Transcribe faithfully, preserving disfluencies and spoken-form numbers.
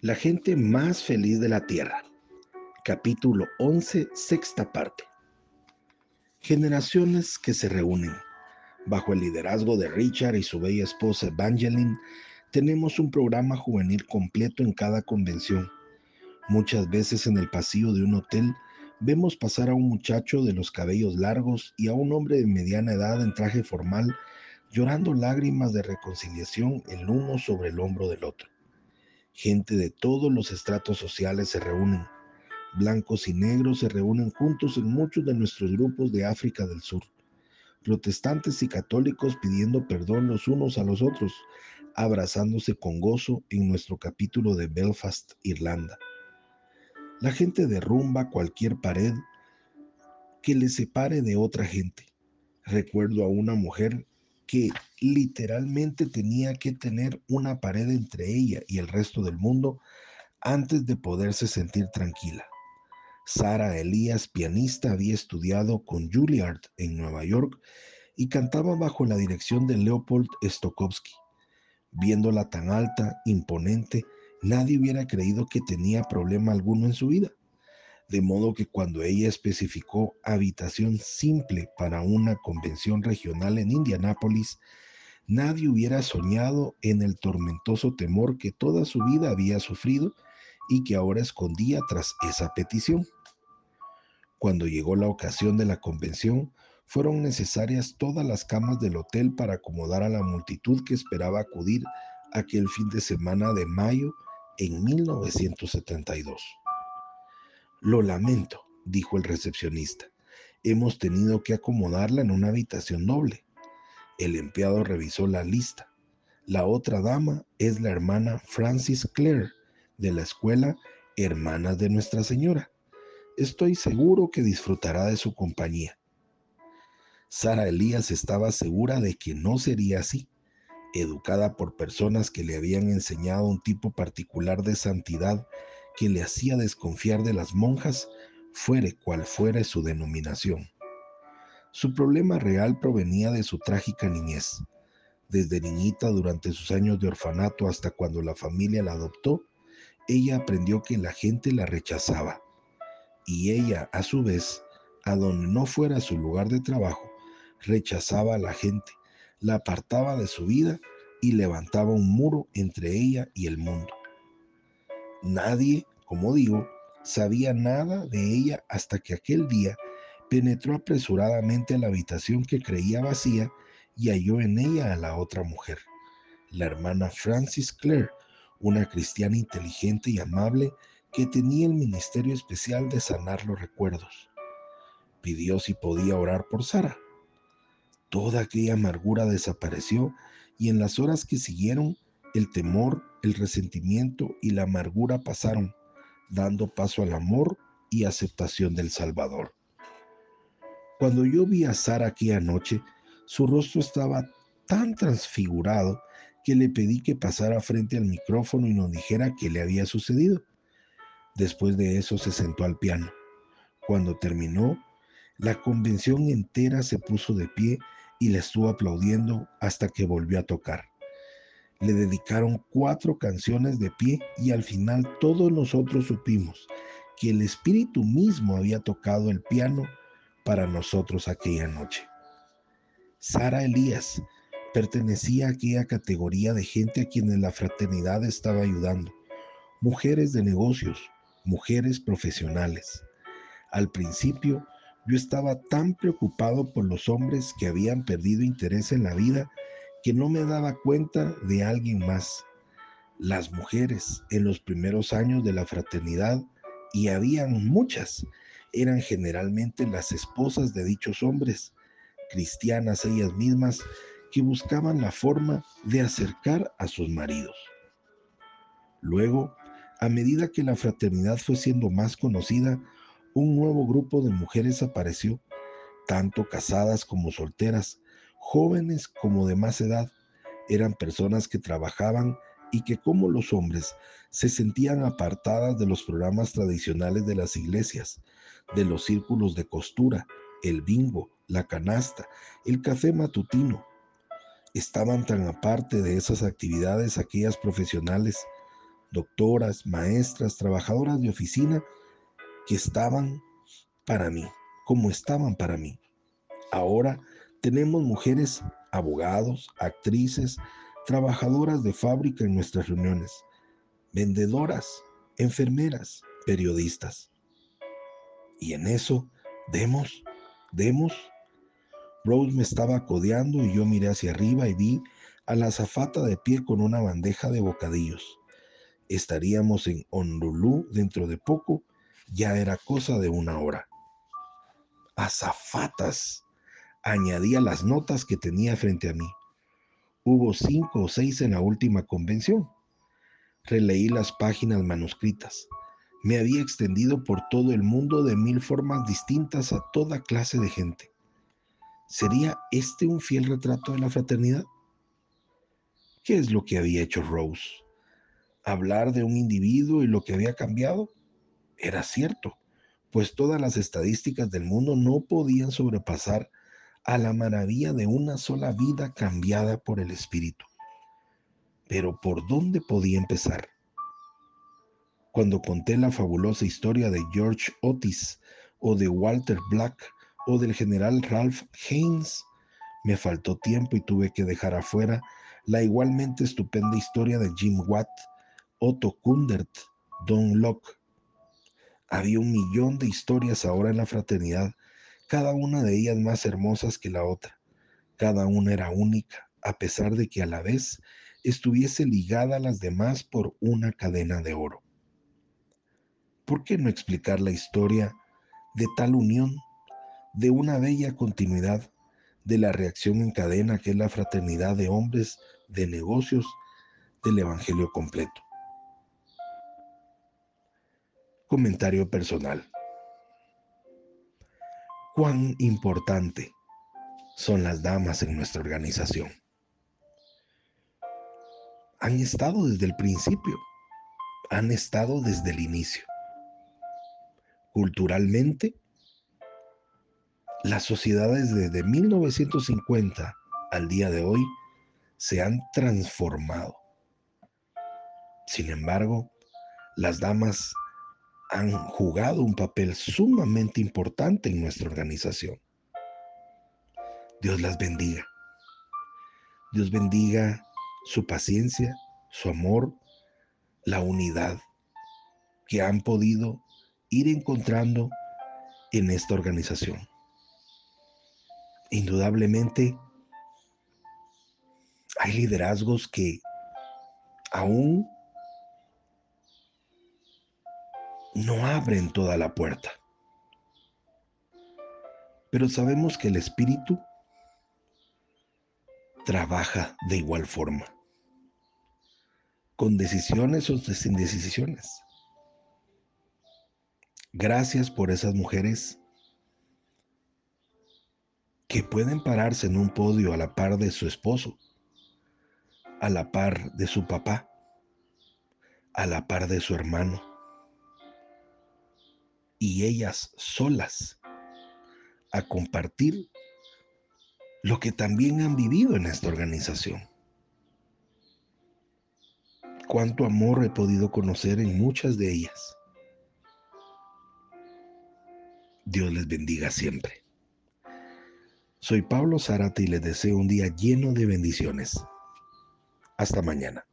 La gente más feliz de la Tierra. Capítulo once, sexta parte. Generaciones que se reúnen. Bajo el liderazgo de Richard y su bella esposa Evangeline, tenemos un programa juvenil completo en cada convención. Muchas veces en el pasillo de un hotel vemos pasar a un muchacho de los cabellos largos y a un hombre de mediana edad en traje formal, llorando lágrimas de reconciliación el uno sobre el hombro del otro. Gente de todos los estratos sociales se reúnen. Blancos y negros se reúnen juntos en muchos de nuestros grupos de África del Sur. Protestantes y católicos pidiendo perdón los unos a los otros, abrazándose con gozo en nuestro capítulo de Belfast, Irlanda. La gente derrumba cualquier pared que le separe de otra gente. Recuerdo a una mujer que literalmente tenía que tener una pared entre ella y el resto del mundo antes de poderse sentir tranquila. Sarah Elías, pianista, había estudiado con Juilliard en Nueva York y cantaba bajo la dirección de Leopold Stokowski. Viéndola tan alta, imponente, nadie hubiera creído que tenía problema alguno en su vida. De modo que cuando ella especificó habitación simple para una convención regional en Indianápolis, nadie hubiera soñado en el tormentoso temor que toda su vida había sufrido y que ahora escondía tras esa petición. Cuando llegó la ocasión de la convención, fueron necesarias todas las camas del hotel para acomodar a la multitud que esperaba acudir aquel fin de semana de mayo en mil novecientos setenta y dos. Lo lamento, dijo el recepcionista. Hemos tenido que acomodarla en una habitación doble. El empleado revisó la lista. La otra dama es la hermana Frances Clare, de la escuela Hermanas de Nuestra Señora. Estoy seguro que disfrutará de su compañía. Sarah Elías estaba segura de que no sería así. Educada por personas que le habían enseñado un tipo particular de santidad que le hacía desconfiar de las monjas, fuere cual fuere su denominación. Su problema real provenía de su trágica niñez. Desde niñita, durante sus años de orfanato hasta cuando la familia la adoptó, ella aprendió que la gente la rechazaba. Y ella, a su vez, a donde no fuera su lugar de trabajo, rechazaba a la gente, la apartaba de su vida y levantaba un muro entre ella y el mundo. Nadie, como digo, sabía nada de ella hasta que aquel día penetró apresuradamente a la habitación que creía vacía y halló en ella a la otra mujer, la hermana Frances Clare, una cristiana inteligente y amable que tenía el ministerio especial de sanar los recuerdos. Pidió si podía orar por Sara. Toda aquella amargura desapareció y en las horas que siguieron, el temor, el resentimiento y la amargura pasaron, dando paso al amor y aceptación del Salvador. Cuando yo vi a Sara aquella noche, su rostro estaba tan transfigurado que le pedí que pasara frente al micrófono y nos dijera qué le había sucedido. Después de eso se sentó al piano. Cuando terminó, la convención entera se puso de pie y le estuvo aplaudiendo hasta que volvió a tocar. Le dedicaron cuatro canciones de pie y al final todos nosotros supimos que el Espíritu mismo había tocado el piano para nosotros aquella noche. Sarah Elías pertenecía a aquella categoría de gente a quienes la fraternidad estaba ayudando. Mujeres de negocios, mujeres profesionales. Al principio, yo estaba tan preocupado por los hombres que habían perdido interés en la vida que no me daba cuenta de alguien más. Las mujeres en los primeros años de la fraternidad, y habían muchas, eran generalmente las esposas de dichos hombres, cristianas ellas mismas, que buscaban la forma de acercar a sus maridos. Luego, a medida que la fraternidad fue siendo más conocida, un nuevo grupo de mujeres apareció, tanto casadas como solteras, jóvenes como de más edad. Eran personas que trabajaban y que, como los hombres, se sentían apartadas de los programas tradicionales de las iglesias, de los círculos de costura, el bingo, la canasta, el café matutino. Estaban tan aparte de esas actividades aquellas profesionales. doctoras, maestras, trabajadoras de oficina que estaban para mí, como estaban para mí. Ahora tenemos mujeres abogados, actrices, trabajadoras de fábrica en nuestras reuniones, vendedoras, enfermeras, periodistas. Y en eso, demos, demos. Rose me estaba codeando y yo miré hacia arriba y vi a la azafata de pie con una bandeja de bocadillos. Estaríamos en Honolulu dentro de poco, ya era cosa de una hora. Azafatas, añadí a las notas que tenía frente a mí. Hubo cinco o seis en la última convención. Releí las páginas manuscritas. Me había extendido por todo el mundo de mil formas distintas a toda clase de gente. ¿Sería este un fiel retrato de la fraternidad? ¿Qué es lo que había hecho Rose? Hablar de un individuo y lo que había cambiado era cierto, pues todas las estadísticas del mundo no podían sobrepasar a la maravilla de una sola vida cambiada por el Espíritu. Pero ¿por dónde podía empezar? Cuando conté la fabulosa historia de George Otis o de Walter Black o del general Ralph Haynes, me faltó tiempo y tuve que dejar afuera la igualmente estupenda historia de Jim Watt, Otto Kundert, Don Locke. Había un millón de historias ahora en la fraternidad, cada una de ellas más hermosas que la otra. Cada una era única, a pesar de que a la vez estuviese ligada a las demás por una cadena de oro. ¿Por qué no explicar la historia de tal unión, de una bella continuidad, de la reacción en cadena que es la fraternidad de hombres de negocios del Evangelio completo? Comentario personal. ¿Cuán importante son las damas en nuestra organización? Han estado desde el principio, han estado desde el inicio. Culturalmente, las sociedades desde mil novecientos cincuenta al día de hoy se han transformado. Sin embargo, las damas han jugado un papel sumamente importante en nuestra organización. Dios las bendiga. Dios bendiga su paciencia, su amor, la unidad que han podido ir encontrando en esta organización. Indudablemente, hay liderazgos que aún no abren toda la puerta. Pero sabemos que el Espíritu trabaja de igual forma, con decisiones o sin decisiones. Gracias por esas mujeres que pueden pararse en un podio a la par de su esposo, a la par de su papá, a la par de su hermano, y ellas solas a compartir lo que también han vivido en esta organización. Cuánto amor he podido conocer en muchas de ellas. Dios les bendiga siempre. Soy Pablo Zárate y les deseo un día lleno de bendiciones. Hasta mañana.